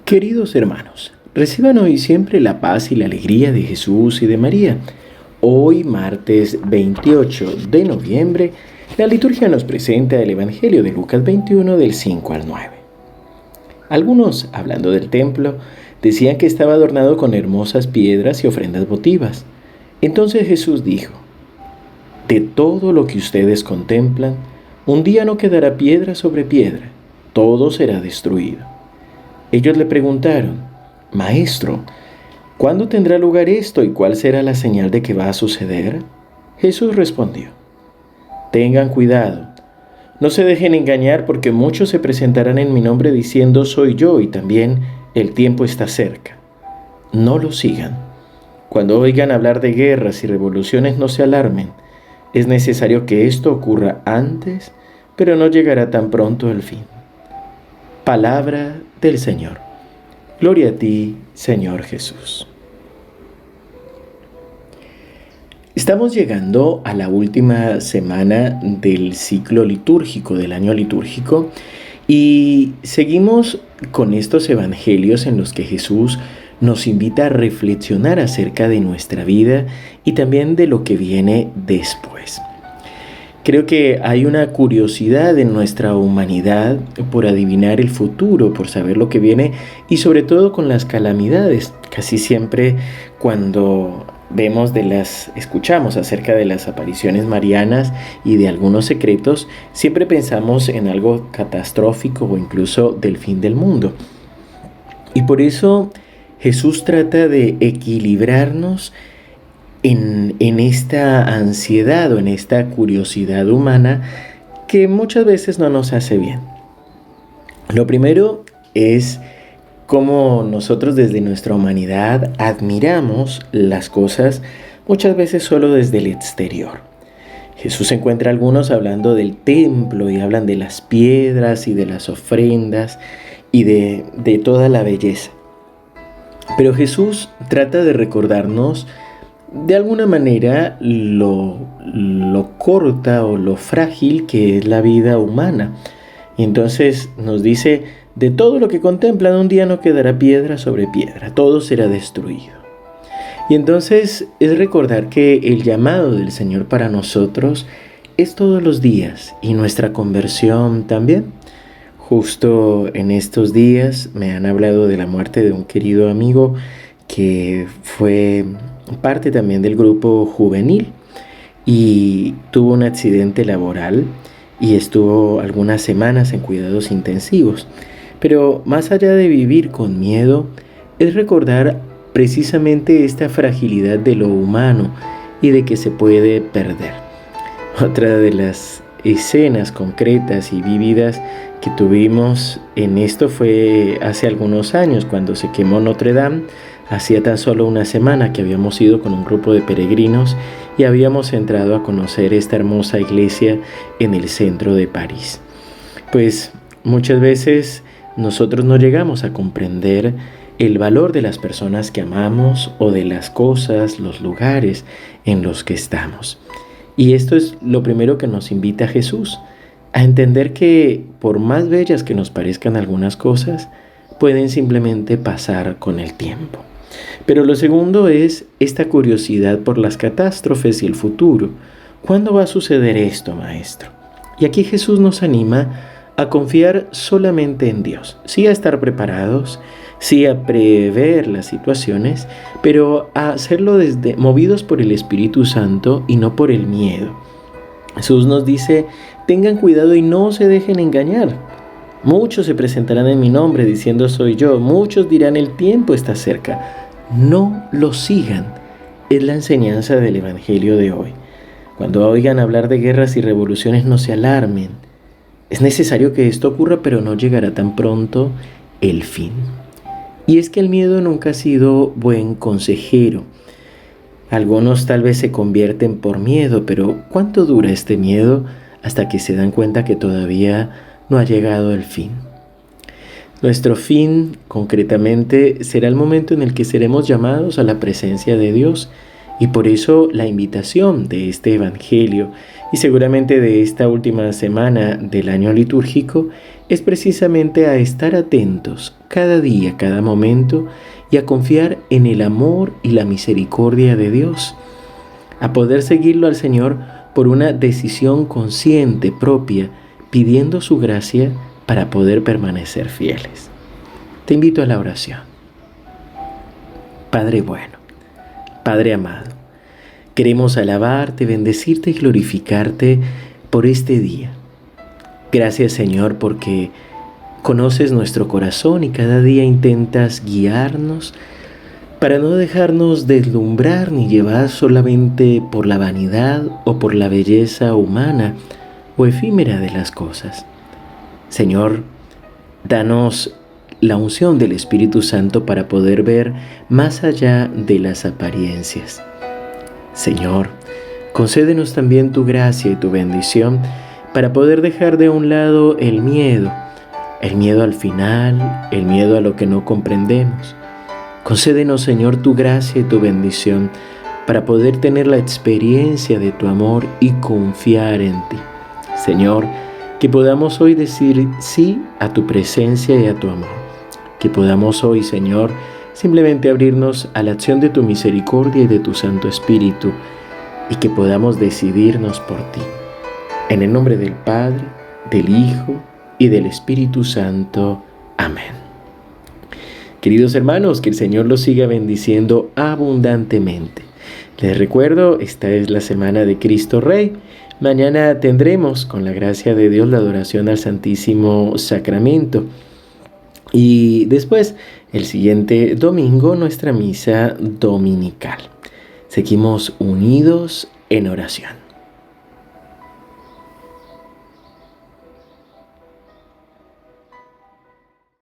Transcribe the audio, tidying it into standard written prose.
Queridos hermanos, reciban hoy siempre la paz y la alegría de Jesús y de María. Hoy, martes 28 de noviembre, la liturgia nos presenta el Evangelio de Lucas 21 del 5 al 9. Algunos, hablando del templo, decían que estaba adornado con hermosas piedras y ofrendas votivas. Entonces Jesús dijo: de todo lo que ustedes contemplan, un día no quedará piedra sobre piedra, todo será destruido. Ellos le preguntaron: Maestro, ¿cuándo tendrá lugar esto y cuál será la señal de que va a suceder? Jesús respondió: tengan cuidado, no se dejen engañar porque muchos se presentarán en mi nombre diciendo soy yo y también el tiempo está cerca. No lo sigan. Cuando oigan hablar de guerras y revoluciones no se alarmen. Es necesario que esto ocurra antes, pero no llegará tan pronto el fin. Palabra del Señor. Gloria a ti, Señor Jesús. Estamos llegando a la última semana del ciclo litúrgico, del año litúrgico, y seguimos con estos evangelios en los que Jesús nos invita a reflexionar acerca de nuestra vida y también de lo que viene después. Creo que hay una curiosidad en nuestra humanidad por adivinar el futuro, por saber lo que viene y sobre todo con las calamidades. Casi siempre cuando escuchamos acerca de las apariciones marianas y de algunos secretos, siempre pensamos en algo catastrófico o incluso del fin del mundo. Y por eso Jesús trata de equilibrarnos en esta ansiedad o en esta curiosidad humana que muchas veces no nos hace bien. Lo primero es cómo nosotros desde nuestra humanidad admiramos las cosas muchas veces solo desde el exterior. Jesús encuentra a algunos hablando del templo y hablan de las piedras y de las ofrendas y de toda la belleza. Pero Jesús trata de recordarnos de alguna manera lo corta o lo frágil que es la vida humana. Y entonces nos dice: de todo lo que contemplan un día no quedará piedra sobre piedra, todo será destruido. Y entonces es recordar que el llamado del Señor para nosotros es todos los días y nuestra conversión también. Justo en estos días me han hablado de la muerte de un querido amigo que fue parte también del grupo juvenil y tuvo un accidente laboral y estuvo algunas semanas en cuidados intensivos. Pero más allá de vivir con miedo, es recordar precisamente esta fragilidad de lo humano y de que se puede perder. Otra de las escenas concretas y vívidas que tuvimos en esto fue hace algunos años cuando se quemó Notre Dame. Hacía tan solo una semana que habíamos ido con un grupo de peregrinos y habíamos entrado a conocer esta hermosa iglesia en el centro de París. Pues muchas veces nosotros no llegamos a comprender el valor de las personas que amamos o de las cosas, los lugares en los que estamos. Y esto es lo primero que nos invita Jesús, a entender que por más bellas que nos parezcan algunas cosas, pueden simplemente pasar con el tiempo. Pero lo segundo es esta curiosidad por las catástrofes y el futuro. ¿Cuándo va a suceder esto, Maestro? Y aquí Jesús nos anima a confiar solamente en Dios. Sí a estar preparados, sí a prever las situaciones, pero a hacerlo movidos por el Espíritu Santo y no por el miedo. Jesús nos dice: tengan cuidado y no se dejen engañar. Muchos se presentarán en mi nombre diciendo soy yo. Muchos dirán el tiempo está cerca. No lo sigan. Es la enseñanza del Evangelio de hoy. Cuando oigan hablar de guerras y revoluciones no se alarmen. Es necesario que esto ocurra, pero no llegará tan pronto el fin. Y es que el miedo nunca ha sido buen consejero. Algunos tal vez se convierten por miedo, pero ¿cuánto dura este miedo hasta que se dan cuenta que todavía no ha llegado el fin? Nuestro fin, concretamente, será el momento en el que seremos llamados a la presencia de Dios y por eso la invitación de este Evangelio y seguramente de esta última semana del año litúrgico es precisamente a estar atentos cada día, cada momento, y a confiar en el amor y la misericordia de Dios, a poder seguirlo al Señor por una decisión consciente propia, pidiendo su gracia para poder permanecer fieles. Te invito a la oración. Padre bueno, Padre amado, queremos alabarte, bendecirte y glorificarte por este día. Gracias, Señor, porque conoces nuestro corazón y cada día intentas guiarnos para no dejarnos deslumbrar ni llevar solamente por la vanidad o por la belleza humana o efímera de las cosas. Señor, danos la unción del Espíritu Santo para poder ver más allá de las apariencias. Señor, concédenos también tu gracia y tu bendición para poder dejar de un lado el miedo al final, el miedo a lo que no comprendemos. Concédenos, Señor, tu gracia y tu bendición para poder tener la experiencia de tu amor y confiar en ti. Señor, que podamos hoy decir sí a tu presencia y a tu amor. Que podamos hoy, Señor, simplemente abrirnos a la acción de tu misericordia y de tu Santo Espíritu, y que podamos decidirnos por ti. En el nombre del Padre, del Hijo y del Espíritu Santo. Amén. Queridos hermanos, que el Señor los siga bendiciendo abundantemente. Les recuerdo, esta es la semana de Cristo Rey. Mañana tendremos, con la gracia de Dios, la adoración al Santísimo Sacramento. Y después, el siguiente domingo, nuestra misa dominical. Seguimos unidos en oración.